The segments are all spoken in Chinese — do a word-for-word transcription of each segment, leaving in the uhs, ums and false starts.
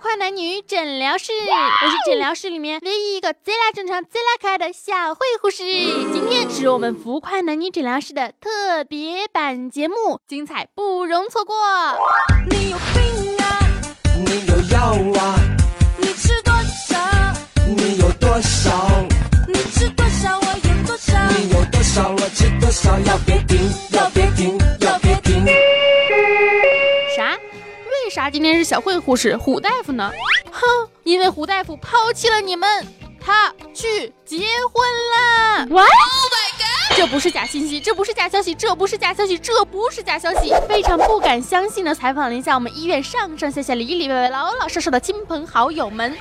快男女诊疗室，我是诊疗室里面唯一一个贼拉正常、贼拉可爱的小慧护士。今天是我们浮快男女诊疗室的特别版节目，精彩不容错过。 你有病啊， 你有药啊， 你吃多少？ 你有多少？ 你吃多少，我有多少？ 你有多少，我吃多少？要别停，要别停，要别停。 啥？为啥今天是小慧护士，虎大夫呢？哼，因为虎大夫抛弃了你们，他去结婚了。What？ Oh my god！ 这不是假信息，这不是假消息，这不是假消息，这不是假消息。非常不敢相信的采访了一下我们医院上上下下里里外外老老少少的亲朋好友们。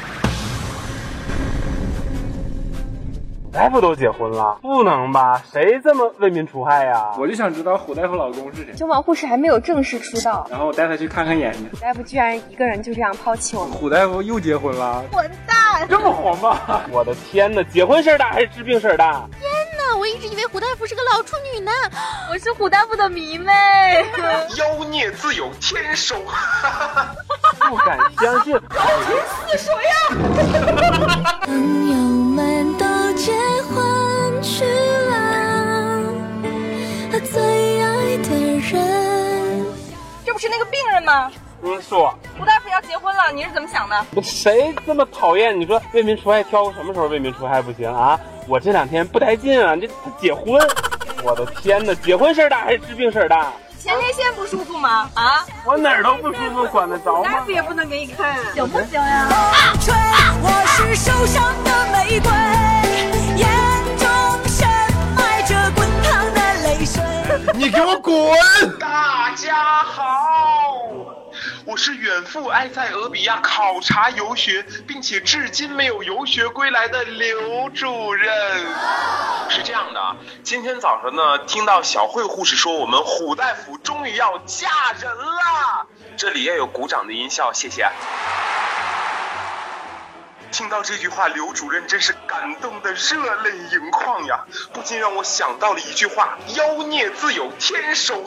大夫都结婚了，不能吧？谁这么为民除害呀？ 我就想知道虎大夫老公是谁。 熊猫护士还没有正式出道， 然后我带他去看看眼睛。 虎大夫居然一个人就这样抛弃我们。 虎大夫又结婚了， 混蛋！ 这么黄吗？ 我的天哪，结婚事儿大还是治病事儿大？ 天哪，我一直以为虎大夫是个老处女呢。 我是虎大夫的迷妹。 妖孽自有天收。 不敢相信， 高频似水呀！ 朋友们都结婚去了，和最爱的人。 这不是那个病人吗？ 不是说胡大夫要结婚了，你是怎么想的？ 谁这么讨厌？你说为民除害，挑什么时候为民除害不行啊？我这两天不带劲啊，这他结婚，我的天哪，结婚事儿大还是治病事儿大？ 前列腺不舒服吗？啊， 我哪儿都不舒服，管得着吗？ 大夫也不能给你看，行不行呀？啊、吹，我是受伤的玫瑰，眼中深埋着滚烫的泪水。 你给我滚！大家好，我是远赴埃塞俄比亚考察游学，并且至今没有游学归来的刘主任。是这样的，今天早上呢，听到小慧护士说我们虎大夫终于要嫁人了，这里也有鼓掌的音效，谢谢。听到这句话，刘主任真是感动得热泪盈眶呀，不禁让我想到了一句话：妖孽自有天收。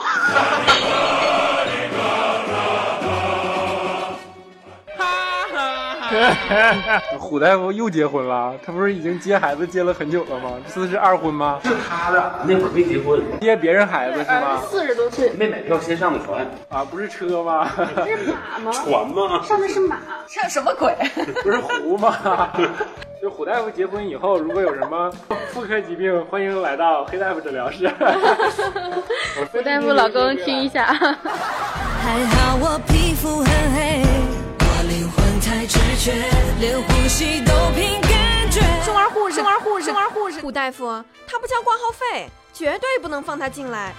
虎大夫又结婚了，他不是已经接孩子接了很久了吗？这次是二婚吗？ 是他的，那会儿没结婚， 接别人孩子是吗？ 四十多岁， 没买票先上的船啊，不是车吗？ 这是马吗？ 船吗？ 上的是马，上什么鬼？ 不是湖吗？就虎大夫结婚以后，如果有什么妇科疾病，欢迎来到黑大夫诊疗室。 虎大夫老公听一下。 还好我皮肤很黑，我灵魂太直觉，连呼吸都凭感觉。 生儿护士，生儿护士，生儿护士。虎大夫，他不交挂号费，绝对不能放他进来。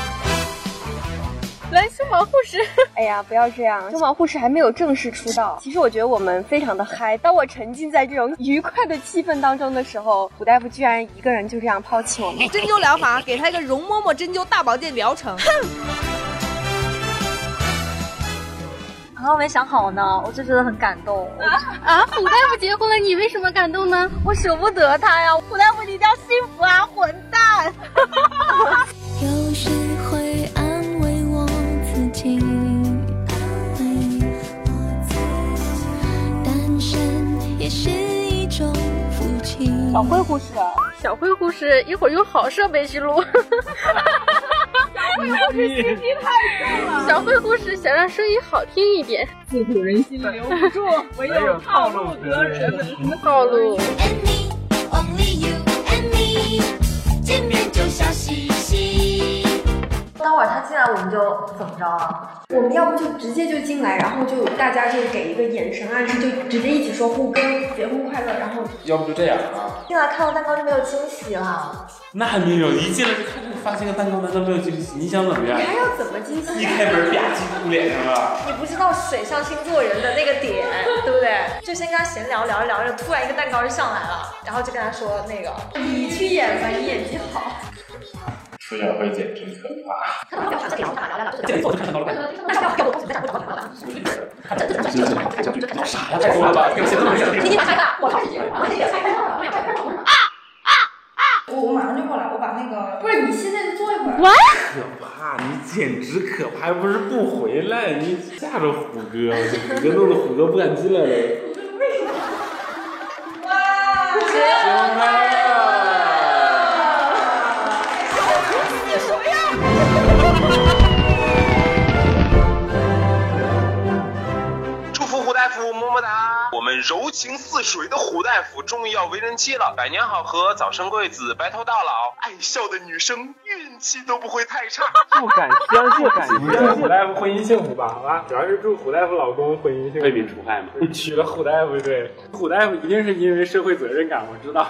来，熊猫护士。哎呀，不要这样，熊猫护士还没有正式出道。其实我觉得我们非常的嗨。当我沉浸在这种愉快的气氛当中的时候，虎大夫居然一个人就这样抛弃我们。 针灸疗法，给他一个容嬷嬷针灸大保健疗程。哼。 然后没想好呢，我就觉得很感动。 啊，虎大夫结婚了，你为什么感动呢？ 我舍不得他呀，虎大夫你一定要幸福啊，混蛋！ 有时会安慰我自己，单身也是一种福气。 小慧护士， 小慧护士一会儿用好设备去录。 小慧护士心机太重了。 小慧护士想让声音好听一点。 自古人心留不住，唯有套路得人。什么套路？ 见面就笑嘻嘻。 待会儿他进来我们就怎么着啊？我们要不就直接就进来，然后就大家就给一个眼神暗示，就直接一起说互哥结婚快乐，然后要不就这样啊？ 进来看到蛋糕就没有惊喜了。 那还没有，一进来就看着发现个蛋糕，难道没有惊喜？你想怎么样？ 你还要怎么惊喜？ 一开门吧叽哭脸上了。 你不知道水象星座人的那个点，对不对？就先跟他闲聊，聊着聊着，突然一个蛋糕就上来了，然后就跟他说那个你去演吧，你演技好。 出小慧姐真可怕。 他们聊啥？聊聊聊聊聊。 这里做就看到了。 但是要要我东西在掌握掌握掌握。 啥呀？太多了吧？有些东西。 你你开吧，我开始，我也开开了。啊啊啊！ 我我马上就过来，我把那个不是你现在就坐一会儿。 What？ 可怕怕，你简直可怕，还不是不回来，你吓着虎哥，虎哥弄得虎哥不敢进来了。 为什么？哇！ 结婚了！ 你什么样？ 祝福虎大夫，么么哒！我们柔情似水的虎大夫终于要为人妻了，百年好合，早生贵子，白头到老。爱笑的女生运气都不会太差。 不敢相信，不敢相信。 虎大夫婚姻幸福吧，好吧，主要是祝虎大夫老公婚姻幸福。 为民除害嘛， 娶了虎大夫，对，虎大夫一定是因为社会责任感，我知道。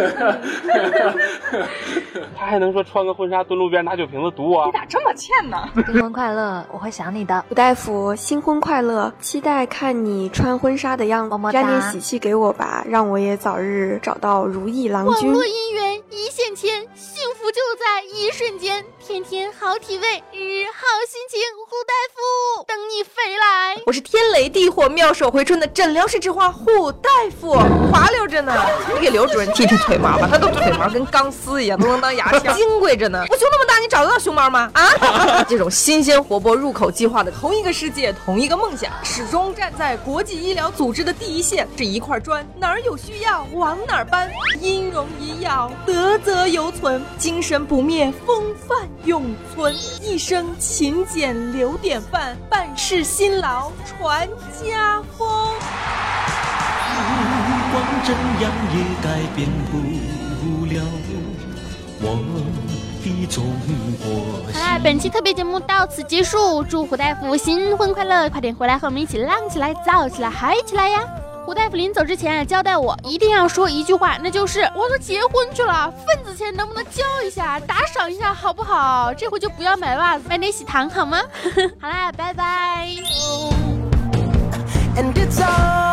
他还能说穿个婚纱蹲路边拿酒瓶子堵我？ 你咋这么欠呢？ 新婚快乐，我会想你的。 虎大夫新婚快乐，期待看你穿婚纱的样子，沾点喜气给我吧，让我也早日找到如意郎君。 网络姻缘一线牵，幸福就在一瞬间。天天好体味，日日好心情。虎大夫等你飞来。 我是天雷地火妙手回春的诊疗室之花虎大夫，滑溜着呢。你给刘主任剃剃腿毛吧，他都腿毛跟钢丝一样，都能当牙签，金贵着呢。我胸那么大，你找得到熊猫吗？啊！这种新鲜活泼入口计划的同一个世界，同一个梦想，始终站在国际医疗组织的第一线。这一块砖，哪儿有需要往哪儿搬，音容医药，德泽犹存，精神不灭，风范永存。一生勤俭留典范，办事辛劳传家风。 不管怎样也改变不了我的中国。 好啦，本期特别节目到此结束，祝虎大夫新婚快乐，快点回来和我们一起浪起来、燥起来、嗨起来呀！虎大夫临走之前交代我一定要说一句话，那就是我都结婚去了，份子钱能不能交一下，打赏一下好不好？这回就不要买袜子，买点喜糖好吗？好啦，拜拜。And it's all